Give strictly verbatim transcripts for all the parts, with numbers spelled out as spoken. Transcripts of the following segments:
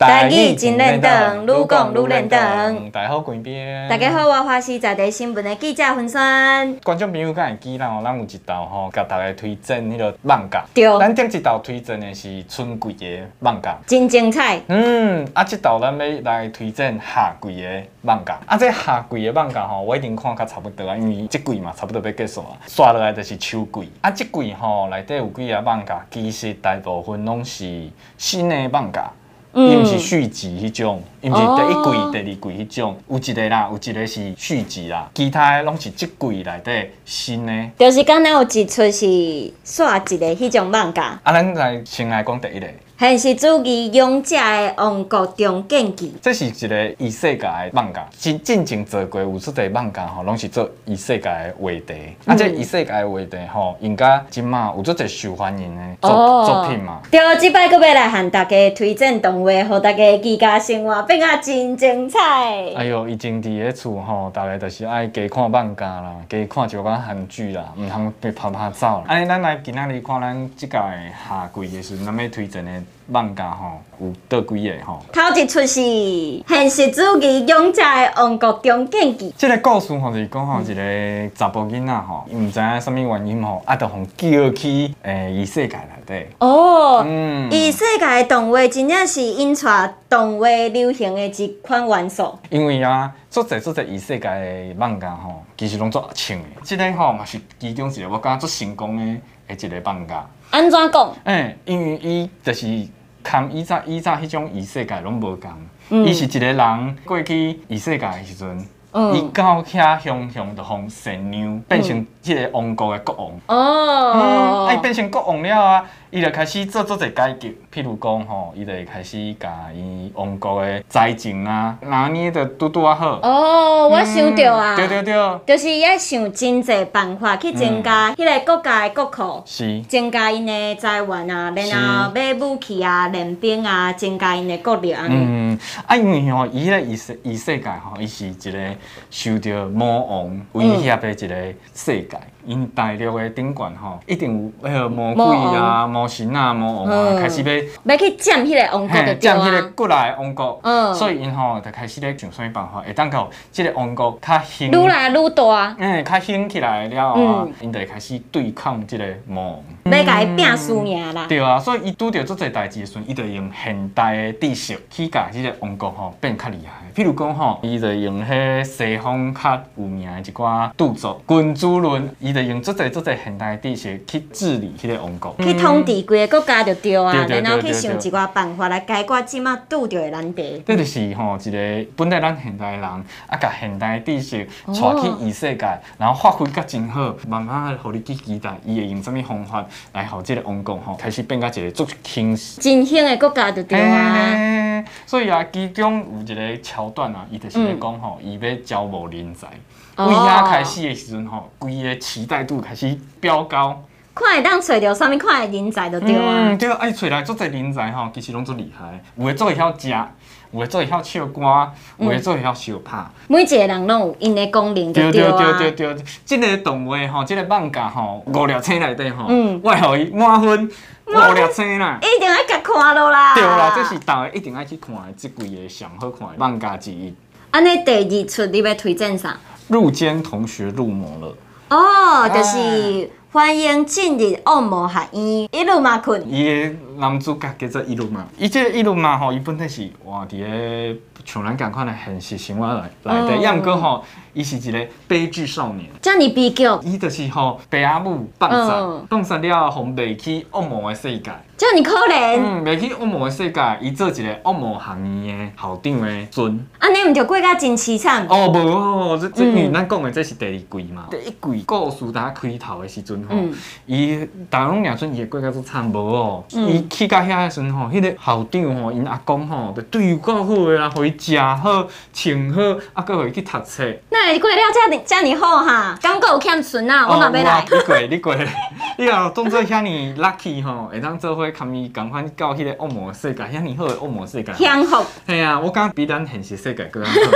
台语真认同，愈讲愈认同。 大家好，贵宾。 大家好，我花是在地新闻的记者分选。 观众朋友敢会记啦？咱有一道吼，甲大家推荐迄个艋舺。 对。 咱顶一道推荐的是春季的艋舺， 真精彩。 嗯，啊，这道咱要来推荐夏季的艋舺。啊，这夏季的艋舺吼，我一定看较差不多啊，因为这季嘛差不多要结束啊。刷落来就是秋季。啊，这季吼内底有几个艋舺，其实大部分拢是新的艋舺。伊毋是续集迄种，伊毋是第一季、第二季迄种，有一个啦，有一个是续集啦，其他的拢是即季内底新的。 就是敢若有一出是刷一个迄种艋舺。啊， 咱来先来讲第一个。 迄是主义勇者的王国中剑记。 这是一个异世界的艋舺，真真正做过有出个艋舺吼，拢是做异世界的话题。嗯、啊，这异世界的话题吼，应该今嘛有足侪受欢迎的作、哦、作品嘛。 对，即摆阁要来和大家推荐动画，互大家居家生活变啊真精彩。 哎哟，以前伫咧厝吼，大家就是爱加看艋舺啦，加看一寡韩剧啦，毋通被拍拍走啦。安尼，咱来今仔日看咱即届的夏季的时阵，咱要推荐的。艋舺吼有倒几个吼？ 头一出是现实主义勇者的王国中剑记。 这个故事吼就是讲吼一个查甫囡仔吼，伊毋知影什么原因吼，啊，就互叫去诶异世界内底。 哦，嗯，异世界的动画真正是引出动画流行的一款元素。 因为啊，做侪做侪异世界的艋舺吼，其实拢做穿的。这个吼嘛是其中一个我感觉做成功的的一个艋舺。 安怎讲？ 诶、欸，因为伊就是。跟以前以前迄种异世界拢无共，伊、嗯、是一个人过去异世界的时阵，伊、嗯、到遐雄雄就互神娘变成迄个王国的国王。哦，嗯，啊，伊变成国王了啊，伊就开始做做者改革，譬如讲吼，伊就会开始甲伊王国的财政啊拿捏得拄拄啊好。 哦，我想到啊， 对对对， 就是伊爱想真侪办法去增加迄个国家的国库， 是增加因的财源啊，然后买武器啊、练兵啊，增加因的国力。 嗯，啊，因为吼，伊迄个异世异世界吼，伊是一个受到魔王威胁的一个世界。因大陆的顶悬吼，一定有迄个魔鬼啊、魔神啊、魔王啊，开始要要去占迄个王国的占迄个过来的王国。嗯，所以因吼就开始咧想啥物办法，会当到即个王国较兴， 愈来愈大。 嗯，较兴起来了后，因就会开始对抗即个魔王。 要甲伊拼输赢啦。 对啊，所以伊拄着做侪代志的时阵，伊就用现代的知识去甲即个王国吼变较厉害。譬如讲吼，伊就用迄西方较有名的一寡著作《君主论》，伊就用足侪足侪现代的知识去治理迄个王国， 去统治规个国家就对啊，然后去想一寡办法来解决即马拄着的难题。 这就是吼一个本来咱现代人啊，甲现代知识带去异世界，然后发挥甲真好，慢慢互你去期待，伊会用什么方法来互即个王国吼开始变甲一个足兴真兴的国家就对啊。 所以啊，其中有一个桥段啊，伊就是咧讲吼，伊要招募人才。为遐开始的时阵吼，规个期待度开始飙高。 看会当找到啥物款的人才就对啊。 嗯，对啊，哎，找来足侪人才吼，其实拢足厉害。有诶做会晓食，有诶做会晓唱歌，有诶做会晓相拍。 每一个人拢有因的功能就对啊。 对对对对，即个动画吼，即个艋舺吼，五粒星内底吼，我会互伊满分五粒星啦。 一定爱甲看落啦。 对啦，这是大家一定爱去看的，即季的上好看的艋舺之一。 安尼第二出你要推荐啥？ 入间同学入魔了。 哦，就是欢迎进入恶魔学院，伊鲁马困。 伊的男主角叫做伊鲁马，伊这个伊鲁马吼，伊本身是活伫个像咱共款的现实生活内内底，也毋过吼，伊是一个悲剧少年。 遮尔悲剧。 伊就是吼，爸阿母放杀，放杀了后，互袂去恶魔的世界。 遮尔可怜。 嗯，袂去恶魔的世界，伊做一个恶魔学院的校长的孙。 安尼毋就过甲真凄惨？ 哦，无哦，这这因为咱讲的这是第二季嘛。第一季故事打开头的时阵吼，伊大家拢认准伊会过甲足惨无哦。伊去到遐的时阵吼，迄个校长吼，因阿公吼，就对伊够好的啦，互伊食好、穿好，啊，搁互伊去读册。 那会过了遮尔遮尔好哈，敢搁有欠孙啊？我嘛要来。 你过你过，你若当做遐尼 lucky 吼，会当做伙堪伊共款到迄个恶魔世界，遐尼好的恶魔世界。 享福。 系啊，我感觉比咱现实世界更好。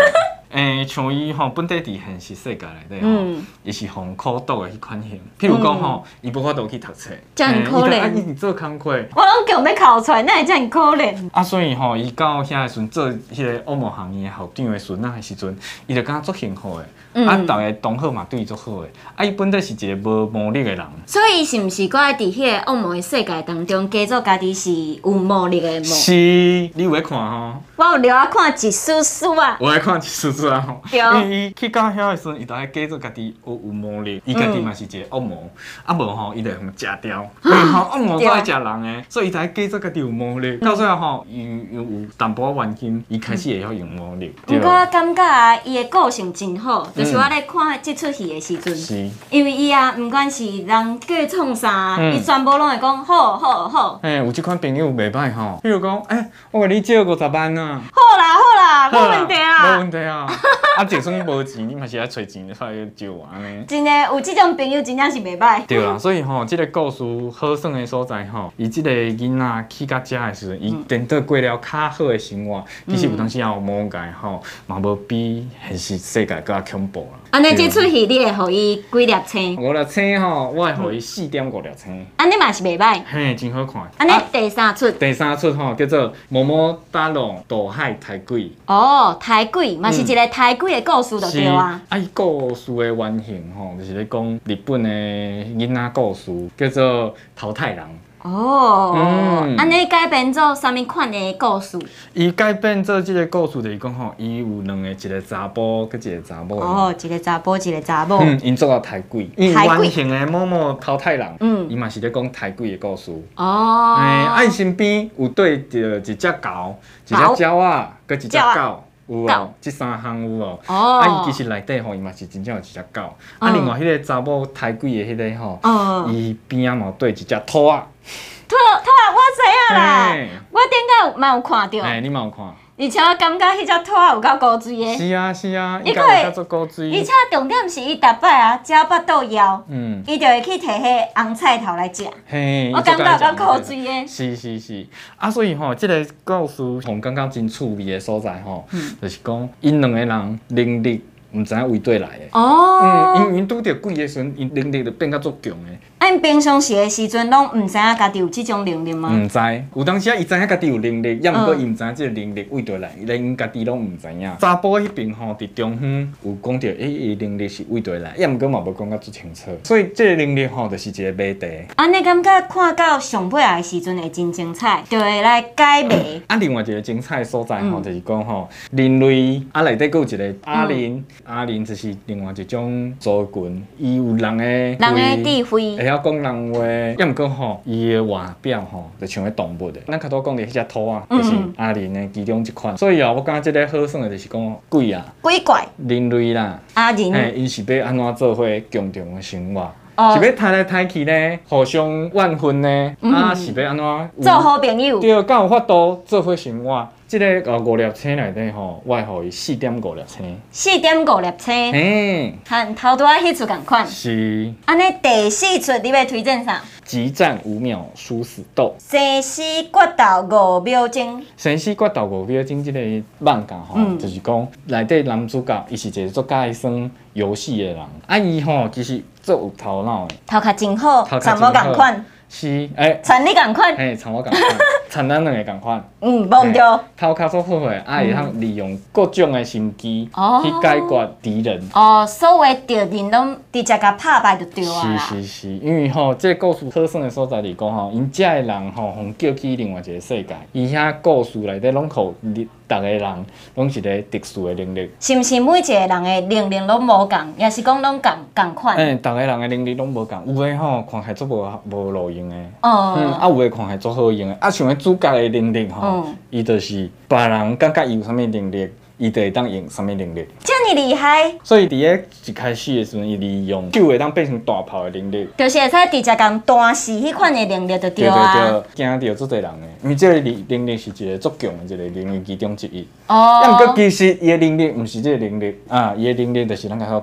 诶、欸，像伊吼本地伫现实世界内底吼，伊、嗯、是互苦毒的迄款型。譬如讲吼，伊、嗯、无法度去读册， 遮尔可怜。 啊，伊做工课， 我拢强要考出来，哪会遮尔可怜？ 啊，所以吼，伊到遐的时阵做迄个恶魔行业校长的孙仔的时阵，伊就感觉足幸福的。嗯、啊，逐个同好嘛对伊足好的。啊，伊本来是一个无魔力的人。 所以是毋是搁爱伫迄个恶魔的世界当中，假作家己是有魔力的魔？ 是，你有在看吼？ 我有留啊看一丝丝啊。 我爱看一丝丝啊吼。 对。 因为伊去到遐的时阵，伊就爱假作家己有有魔力，伊家己嘛是一个恶魔，啊无吼，伊就互食掉。因为吼恶魔都爱食人的，所以伊就爱假作家己有魔力。到最后吼，伊有有淡薄仔原因，伊开始会晓用魔力。 不过我感觉啊，伊的个性真好，就是我咧看即出戏的时阵，是因为伊啊，毋管是人叫伊创啥，伊全部拢会讲好好好。嘿， 有即款朋友袂歹吼，比如讲，哎，我甲你借五十万啊。 好啦好啦，无问题啊。 无问题啊。啊，就算你无钱，你嘛是爱找钱来借我安尼。 真诶，有即种朋友真正是袂歹。 对啦，所以吼，即个故事好耍的所在吼，伊即个囡仔去到遮的时阵，伊颠倒过了较好的生活，其实有当时也有魔界吼，嘛无比现实世界更较恐怖啦。 安尼即出戏你会互伊几粒星？ 五粒星吼，我会互伊四点五粒星。 安尼嘛是袂歹。 嘿，真好看。 安尼第三出。 第三出吼叫做《某某大龙大海抬鬼》。 哦，抬鬼嘛是一个抬鬼的故事就对啊。 啊，伊故事的原型吼，就是咧讲日本的囡仔故事，叫做《桃太郎》。 哦，嗯，安尼改编做啥物款的故事？ 伊改编做即个故事就是讲吼，伊有两个，一个查甫，佮一个查某。 哦，一个查甫，一个查某。 嗯，因做到抬鬼。因原型的某某桃太郎，嗯，伊嘛是咧讲抬鬼的故事。哦。诶，啊，伊身边有对着一只狗，一只鸟仔，佮一只狗。有哦，即三项有哦。哦。啊，伊其实内底吼，伊嘛是真正有一只狗。啊，另外迄个查某抬鬼的迄个吼，伊边仔嘛对一只兔仔。 兔兔仔我知影啦，我顶下嘛有看到。 哎，你嘛有看？ 而且我感觉迄只兔仔有够古锥的。 是啊是啊，伊个有够古锥。 而且重点是伊逐摆啊，只要巴肚枵，嗯，伊就会去摕迄红菜头来食。嘿，我感觉有够古锥的。 是是是，啊，所以吼，即个故事互感觉真趣味的所在吼，就是讲因两个人能力毋知影为对来的。哦。嗯，因因拄着鬼的时阵，因能力就变甲足强的。 啊，因平常时的时阵，拢毋知影家己有即种能力吗？ 毋知，有当时啊，伊知影家己有能力，也毋过伊毋知影即个能力为倒来，连因家己拢毋知影。查甫迄边吼，伫中远有讲着，诶，伊能力是为倒来，也毋过嘛无讲甲足清楚。所以即个能力吼，就是一个谜题。 安尼感觉看到上尾的时阵会真精彩，就会来解谜。 啊，另外一个精彩的所在吼，就是讲吼，人类啊内底佫有一个阿玲，阿玲就是另外一种族群，伊有人的人的智慧。 会晓讲人话，也毋过吼，伊的外表吼，就像个动物的。咱较多讲的迄只兔啊，就是阿玲的其中一款。所以啊，我感觉即个好耍的就是讲鬼啊， 鬼怪， 人类啦， 阿玲， 嘿，因是要安怎做伙共同的生活。是要抬来抬去呢，互相怨恨呢，啊是要安怎做好朋友？ 对，敢有法度做伙生活。即个呃五粒星内底吼，我会互伊四点五粒星。 四点五粒星。嘿，和头拄仔迄出共款。 是。 安尼第四出你要推荐啥？ 激战五秒殊死斗。 生死决斗五秒钟。 生死决斗五秒钟，即个漫画吼，嗯、就是讲内底男主角伊是一个做介算游戏的人，啊伊吼其实做有头脑的。 头壳真好，参无共款。 是，诶， 参你共款。 嘿，参我共款，参咱两个共款。 嗯，无毋对。 头壳做好诶，啊会通利用各种诶心机去解决敌人。 哦，所有敌人拢直接甲拍败就对啊啦。 是是是，因为吼，这故事好耍诶所在就是讲吼，因遮诶人吼，互叫去另外一个世界，伊遐故事内底拢互你。逐个人拢是一个特殊的能力， 是毋是每一个人的能力拢无共，也是讲拢共共款？ 诶，逐个人的能力拢无共，有诶吼看起来足无无路用诶，哦，嗯，啊有诶看起来足好用诶，啊像迄主角的能力吼，伊就是别人感觉伊有啥物能力。伊就会当用啥物能力？ 遮尔厉害！ 所以伫咧一开始的时阵，伊利用手会当变成大炮的能力， 就是会使直接共弹死迄款的能力就对啊。 对对对，惊着足侪人的，因为这个能力是一个足强的一个能力其中之一。哦。但毋过其实伊的能力毋是这个能力啊，伊的能力就是咱刚才讲的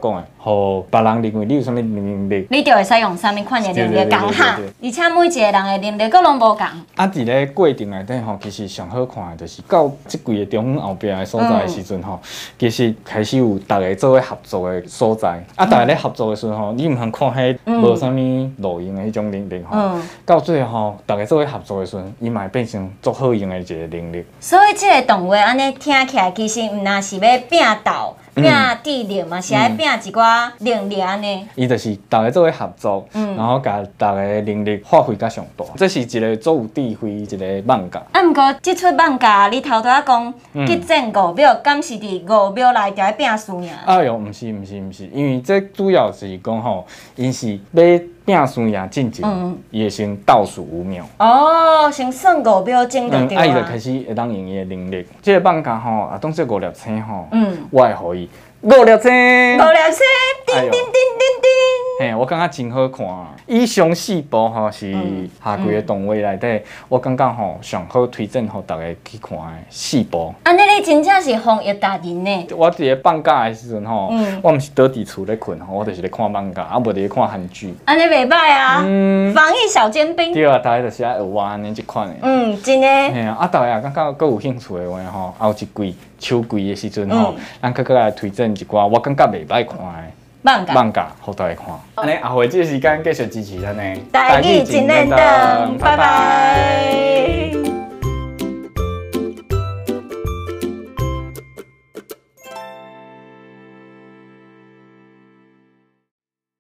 互别人认为你有啥物能力， 你就会使用啥物款的能力讲哈，而且每一个人的能力各拢无共。 啊，伫咧过程内底吼，其实上好看的就是到即几个中央后壁的所在的时阵吼，其实开始有大家做伙合作的所在。啊，大家咧合作的时阵吼，你毋通看迄无啥物路用的迄种能力吼，到最后吼，大家做伙合作的时阵，伊嘛会变成足好用的一个能力。 所以即个动画安尼听起来，其实毋那是要拼斗。拼智力嘛，是爱拼一寡能力安尼。 伊就是大家做伙合作，然后甲大家的能力发挥到上大。这是一个足有智慧一个漫画。 啊，毋过即出漫画，你头拄仔讲激战五庙，敢是伫五庙内底拼输赢？ 哎哟，毋是毋是毋是，因为这主要是讲吼，因是要拼输赢进前，伊会先倒数五秒。 哦，先算五秒钟就对啊。 啊，伊就开始会当用伊的能力。这个漫画吼，啊，当做五粒星吼，我会互伊。五粒星， 五粒星，叮叮叮叮叮。 嘿，我感觉真好看。以上四部吼是下季的动画内底，我感觉吼上好推荐互大家去看的四部。 安尼你真正是弘毅达人呢。 我伫咧放假的时阵吼，我毋是倒伫厝咧困吼，我就是咧看漫画，啊无伫咧看韩剧。 安尼袂歹啊，防疫小尖兵。 对啊，大家就是爱学我安尼即款的。 嗯，真的。 嘿啊，啊，大家感觉佫有兴趣的话吼，后一季秋季的时阵吼，咱佫佫来推荐一寡我感觉袂歹看的。 漫画， 漫画，互大家看。安尼，后回这个时间继续支持咱呢。 台语真认真，拜拜。